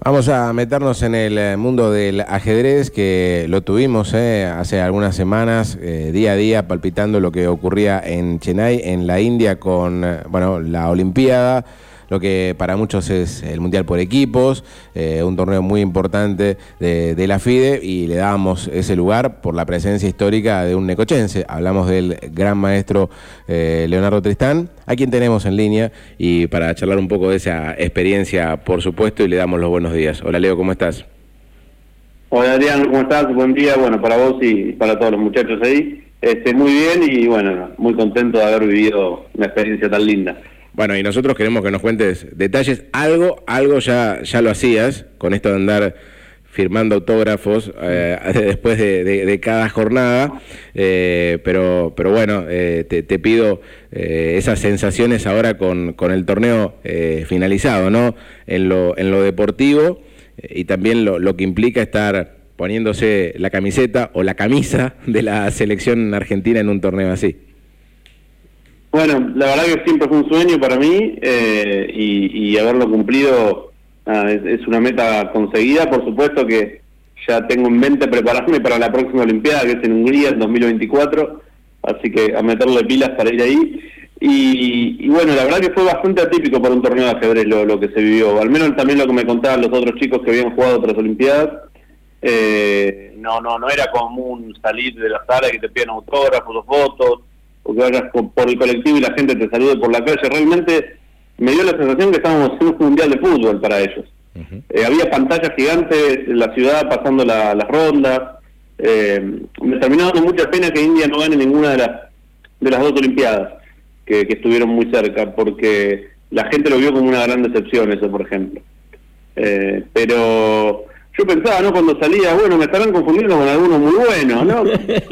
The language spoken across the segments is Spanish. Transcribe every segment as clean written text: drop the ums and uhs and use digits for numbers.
Vamos a meternos en el mundo del ajedrez, que lo tuvimos hace algunas semanas, día a día, palpitando lo que ocurría en Chennai, en la India, con la Olimpiada, lo que para muchos es el Mundial por equipos, un torneo muy importante de la FIDE, y le dábamos ese lugar por la presencia histórica de un necochense. Hablamos del gran maestro Leonardo Tristán, a quien tenemos en línea, y para charlar un poco de esa experiencia, por supuesto, y le damos los buenos días. Hola Leo, ¿cómo estás? Hola Adrián, ¿cómo estás? Buen día, para vos y para todos los muchachos ahí. Muy bien y muy contento de haber vivido una experiencia tan linda. Bueno, y nosotros queremos que nos cuentes detalles. Algo ya lo hacías con esto de andar firmando autógrafos después de cada jornada, pero bueno, te pido esas sensaciones ahora con el torneo finalizado, ¿no? En lo deportivo, y también lo que implica estar poniéndose la camiseta o la camisa de la selección argentina en un torneo así. Bueno, la verdad que siempre fue un sueño para mí, y haberlo cumplido es una meta conseguida. Por supuesto que ya tengo en mente prepararme para la próxima Olimpiada, que es en Hungría en 2024, así que a meterle pilas para ir ahí. Y la verdad que fue bastante atípico para un torneo de ajedrez lo que se vivió, al menos también lo que me contaban los otros chicos que habían jugado otras Olimpiadas. No era común salir de la sala y que te pidan autógrafos o fotos, o que vayas por el colectivo y la gente te salude por la calle. Realmente me dio la sensación que estábamos en un mundial de fútbol para ellos. Uh-huh. Había pantallas gigantes en la ciudad pasando las rondas. Me terminó dando mucha pena que India no gane ninguna de las dos Olimpiadas que estuvieron muy cerca, porque la gente lo vio como una gran decepción eso, por ejemplo. Pero yo pensaba, ¿no?, cuando salía, me estarán confundiendo con algunos muy buenos, ¿no?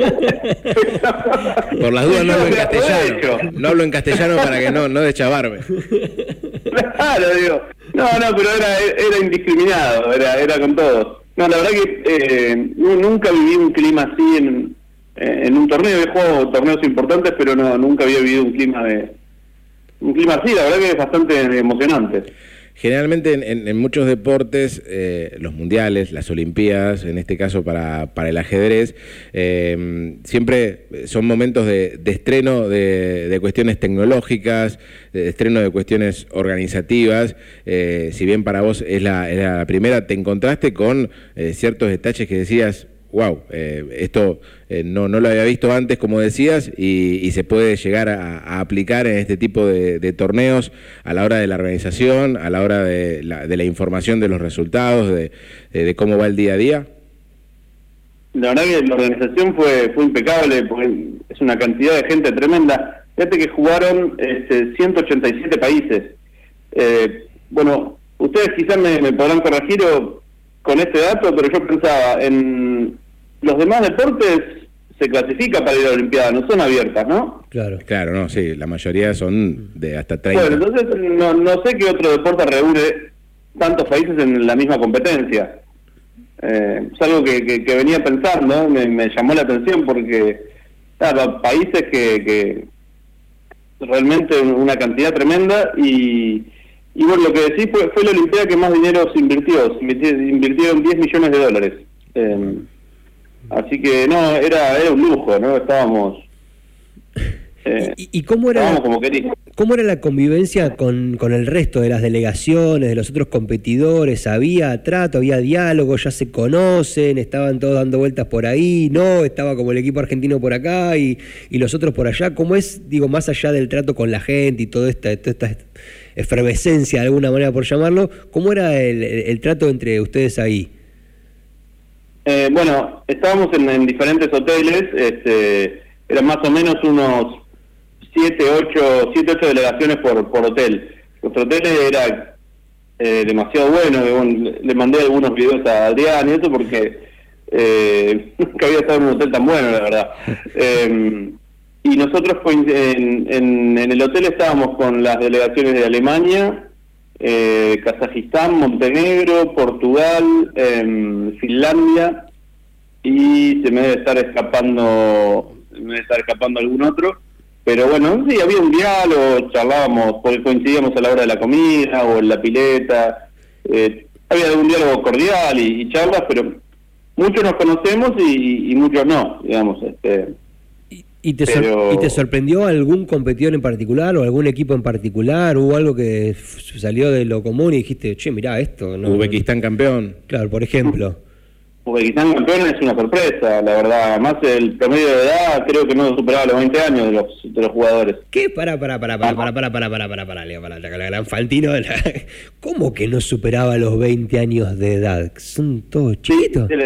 Por las dudas no hablo en castellano. No hablo en castellano para que no deschavarme. Claro, digo. No, pero era indiscriminado, era con todos. No, la verdad que nunca viví un clima así en un torneo. He jugado torneos importantes, pero nunca había vivido un clima así. La verdad que es bastante emocionante. Generalmente en muchos deportes, los mundiales, las olimpiadas, en este caso para el ajedrez, siempre son momentos de estreno de cuestiones tecnológicas, de estreno de cuestiones organizativas. Si bien para vos es la primera, te encontraste con ciertos detalles que decías, wow, esto no lo había visto antes, como decías, y se puede llegar a aplicar en este tipo de torneos a la hora de la organización, a la hora de la información de los resultados, de cómo va el día a día. La verdad que la organización fue impecable, porque es una cantidad de gente tremenda. Fíjate que jugaron 187 países. Ustedes quizás me podrán corregir con este dato, pero yo pensaba, en los demás deportes se clasifica para ir a la Olimpiada, no son abiertas, ¿no? Claro, no, sí, la mayoría son de hasta 30. Bueno, entonces no sé qué otro deporte reúne tantos países en la misma competencia. Es algo que venía pensando, me llamó la atención, porque países que realmente una cantidad tremenda, y lo que decís fue la Olimpiada que más dinero se invirtieron $10 millones. Así que era un lujo, ¿no? Estábamos ¿Y cómo era la convivencia con el resto de las delegaciones, de los otros competidores? ¿Había trato, había diálogo, ya se conocen, estaban todos dando vueltas por ahí? ¿No? ¿Estaba como el equipo argentino por acá y los otros por allá? ¿Cómo es, más allá del trato con la gente y toda esta efervescencia, de alguna manera por llamarlo, cómo era el trato entre ustedes ahí? Estábamos en diferentes hoteles, eran más o menos unos 7, 8 delegaciones por hotel. Nuestro hotel era demasiado bueno. Le mandé algunos videos a Adrián y eso, porque nunca había estado en un hotel tan bueno, la verdad. Y nosotros en el hotel estábamos con las delegaciones de Alemania, Kazajistán, Montenegro, Portugal, Finlandia, y se me debe estar escapando algún otro. Pero sí, había un diálogo, charlábamos, porque coincidíamos a la hora de la comida o en la pileta. había algún diálogo cordial y charlas, pero muchos nos conocemos y muchos no, digamos. ¿Y te sorprendió algún competidor en particular o algún equipo en particular? ¿Hubo algo que salió de lo común y dijiste, che, mirá esto? No, Uzbekistán campeón. Claro, por ejemplo. Uzbekistán campeón es una sorpresa, la verdad. Además, el promedio de edad creo que no superaba los 20 años de los jugadores. ¿Qué? Para, Leo, la gran Fantino. ¿Cómo que no superaba los 20 años de edad? ¿Son todos chiquitos? Sí,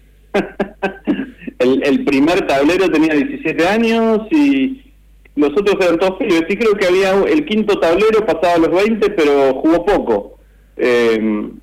el primer tablero tenía 17 años y los otros eran todos pibes. Sí, creo que había el quinto tablero pasaba a los 20, pero jugó poco. Sí, es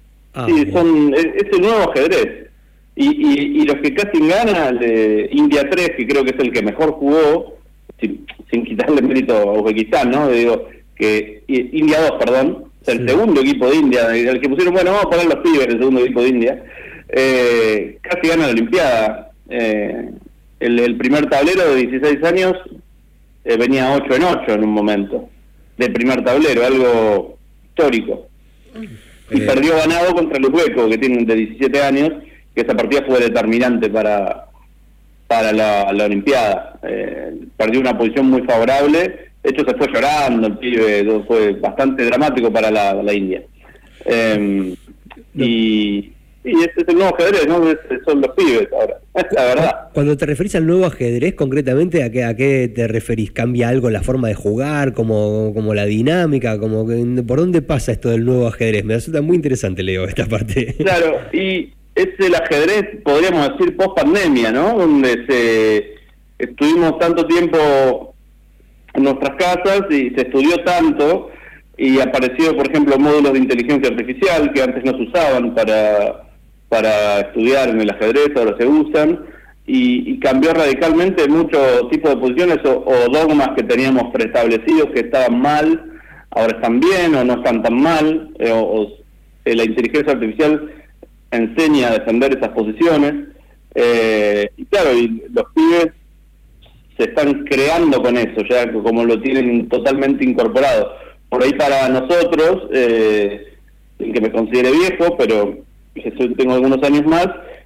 el nuevo ajedrez. Y los que casi ganan, India 3, que creo que es el que mejor jugó, sin quitarle mérito a Uzbekistán, ¿no? Digo, que India 2, perdón, o sea, el segundo equipo de India, el que pusieron, bueno, vamos a poner los pibes, el segundo equipo de India, casi gana la Olimpiada. El primer tablero de 16 años venía 8 en 8 en un momento, del primer tablero, algo histórico. Y perdió ganado contra el uzbeco, que tiene de 17 años, que esa partida fue determinante para la Olimpiada. Perdió una posición muy favorable, de hecho se fue llorando el pibe, fue bastante dramático para la India. Y ese es el nuevo ajedrez, ¿no? Son los pibes ahora, la verdad. Cuando te referís al nuevo ajedrez, concretamente, ¿a qué te referís? ¿Cambia algo la forma de jugar, como la dinámica? ¿Por dónde pasa esto del nuevo ajedrez? Me resulta muy interesante, Leo, esta parte. Claro, y es el ajedrez, podríamos decir, post-pandemia, ¿no? Donde estuvimos tanto tiempo en nuestras casas y se estudió tanto, y apareció, por ejemplo, módulos de inteligencia artificial que antes no se usaban para estudiar en el ajedrez, ahora se usan, y cambió radicalmente muchos tipos de posiciones o dogmas que teníamos preestablecidos que estaban mal, ahora están bien o no están tan mal, la inteligencia artificial enseña a defender esas posiciones, y claro, y los pibes se están creando con eso, ya como lo tienen totalmente incorporado. Por ahí para nosotros, sin que me considere viejo, pero tengo algunos años más,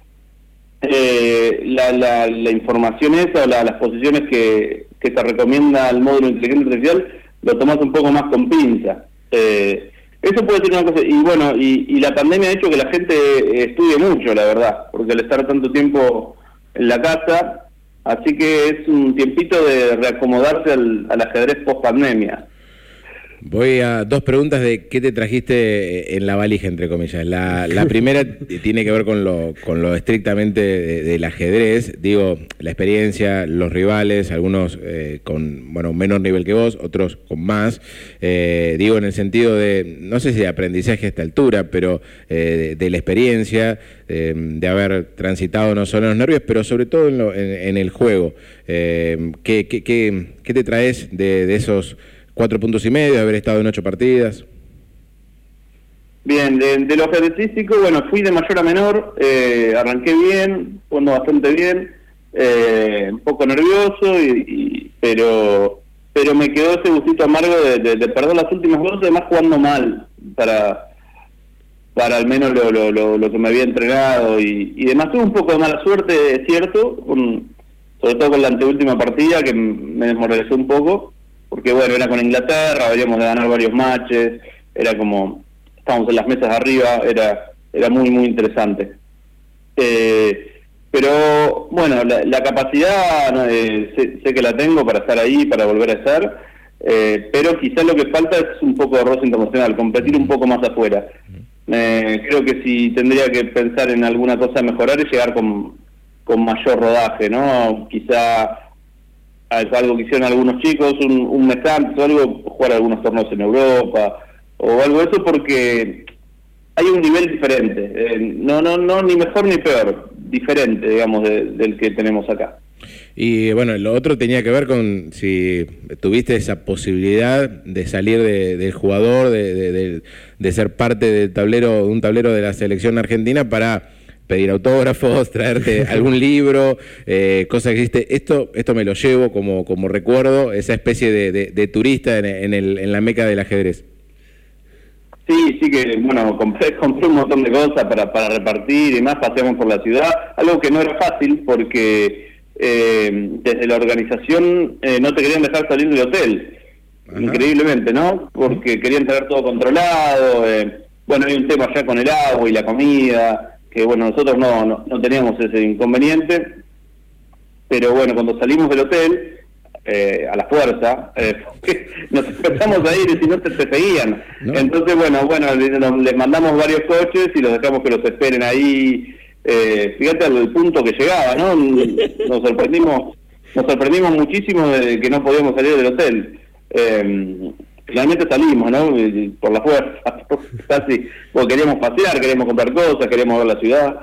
la información esa, las posiciones que te recomienda el módulo de inteligencia artificial, lo tomas un poco más con pinza. Eso puede ser una cosa, y bueno, y la pandemia ha hecho que la gente estudie mucho, la verdad, porque al estar tanto tiempo en la casa, así que es un tiempito de reacomodarse al ajedrez post-pandemia. Voy a dos preguntas de qué te trajiste en la valija, entre comillas. La primera tiene que ver con lo estrictamente del ajedrez. Digo, la experiencia, los rivales, algunos con menor nivel que vos, otros con más. Digo, en el sentido de, no sé si de aprendizaje a esta altura, pero de la experiencia, de haber transitado no solo en los nervios, pero sobre todo en el juego. ¿Qué te traes de esos 4 puntos y medio, de haber estado en 8 partidas? Bien, de lo ajedrecístico, bueno, fui de mayor a menor, arranqué bien, jugando bastante bien, un poco nervioso, pero me quedó ese gustito amargo de perder las últimas dos, además jugando mal, para al menos lo que me había entrenado, y demás. Tuve un poco de mala suerte, es cierto, sobre todo con la anteúltima partida, que me desmoralizó un poco, porque bueno, era con Inglaterra, habríamos de ganar varios matches, era como, estábamos en las mesas de arriba, era muy muy interesante. Pero bueno, la capacidad sé que la tengo para estar ahí, para volver a estar, pero quizás lo que falta es un poco de roce internacional, competir un poco más afuera. Creo que si tendría que pensar en alguna cosa a mejorar es llegar con mayor rodaje, ¿no? Quizá algo que hicieron algunos chicos, un mes antes o algo, jugar algunos torneos en Europa o algo de eso, porque hay un nivel diferente, no ni mejor ni peor, diferente, digamos, del que tenemos acá. Y bueno, lo otro tenía que ver con si tuviste esa posibilidad de salir del jugador, de ser parte del tablero, un tablero de la selección argentina para pedir autógrafos, traerte algún libro, cosa que hiciste. Esto me lo llevo como recuerdo, esa especie de turista en la meca del ajedrez. Sí, sí que, bueno, compré un montón de cosas para repartir y demás, paseamos por la ciudad, algo que no era fácil porque desde la organización no te querían dejar salir del hotel, increíblemente, ¿no? Porque querían tener todo controlado, bueno, hay un tema ya con el agua y la comida, que bueno, nosotros no teníamos ese inconveniente, pero bueno, cuando salimos del hotel, a la fuerza, nos empezamos a ir y si no te seguían. No. Entonces, bueno, les mandamos varios coches y los dejamos que los esperen ahí. Fíjate al punto que llegaba, ¿no? Nos sorprendimos muchísimo de que no podíamos salir del hotel. Finalmente salimos, ¿no? Por la fuerza, casi, porque queríamos pasear, queríamos comprar cosas, queríamos ver la ciudad.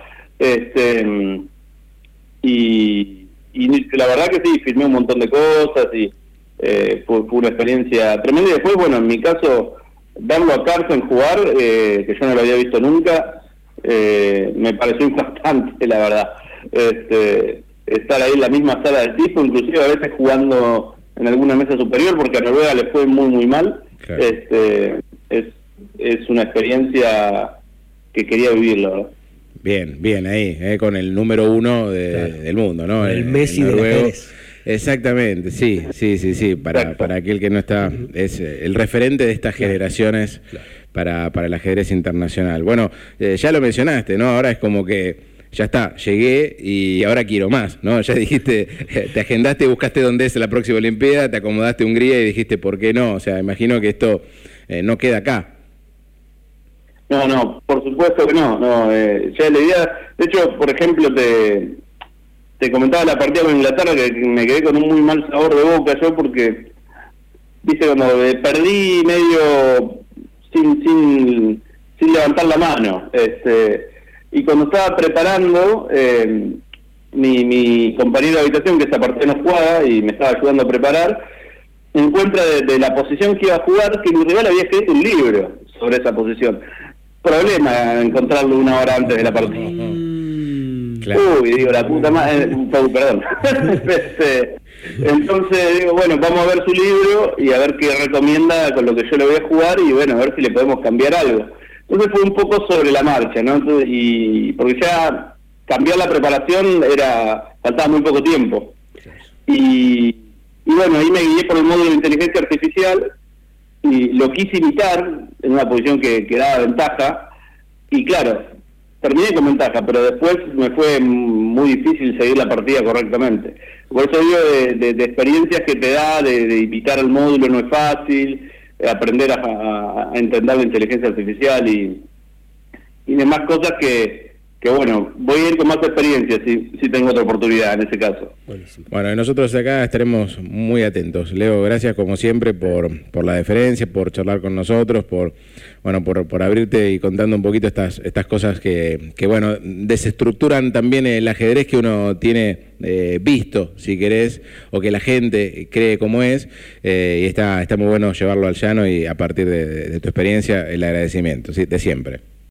Y la verdad que sí, filmé un montón de cosas y fue una experiencia tremenda. Y después, bueno, en mi caso, verlo a Carson jugar, que yo no lo había visto nunca, me pareció impactante, la verdad. Estar ahí en la misma sala del tipo, inclusive a veces jugando en alguna mesa superior, porque a Noruega le fue muy, muy mal. Claro. Es una experiencia que quería vivir, la verdad. Bien, ahí, con el número 1 del mundo, ¿no? El Messi de ajedrez. Exactamente, sí. Para aquel que no está, es el referente de estas generaciones para el ajedrez internacional. Bueno, ya lo mencionaste, ¿no? Ahora es como que ya está, llegué y ahora quiero más, ¿no? Ya dijiste, te agendaste, buscaste dónde es la próxima Olimpiada, te acomodaste a Hungría y dijiste, ¿por qué no? O sea, imagino que esto no queda acá. No, por supuesto que no. Ya la idea, de hecho, por ejemplo, te comentaba la partida con Inglaterra que me quedé con un muy mal sabor de boca yo porque, viste, cuando perdí medio sin levantar la mano, y cuando estaba preparando, mi compañero de habitación, que esa partida no jugaba y me estaba ayudando a preparar, encuentra de la posición que iba a jugar que mi rival había escrito un libro sobre esa posición. Problema encontrarlo una hora antes de la partida. Claro. Uy, digo, la puta madre, perdón. Entonces digo, bueno, vamos a ver su libro y a ver qué recomienda con lo que yo le voy a jugar y bueno, a ver si le podemos cambiar algo. Entonces fue un poco sobre la marcha, ¿no? Entonces, porque ya cambiar la preparación faltaba muy poco tiempo. Y bueno, ahí me guié por el módulo de inteligencia artificial y lo quise imitar en una posición que daba ventaja y claro, terminé con ventaja, pero después me fue muy difícil seguir la partida correctamente. Por eso digo de experiencias que te da, de imitar el módulo no es fácil, aprender a entender la inteligencia artificial y demás cosas que bueno, voy a ir con más experiencia si tengo otra oportunidad en ese caso. Buenísimo. Bueno, y nosotros acá estaremos muy atentos. Leo, gracias como siempre por la deferencia, por charlar con nosotros, por abrirte y contando un poquito estas cosas que bueno, desestructuran también el ajedrez que uno tiene visto, si querés, o que la gente cree como es, y está muy bueno llevarlo al llano y a partir de tu experiencia el agradecimiento, ¿sí? De siempre.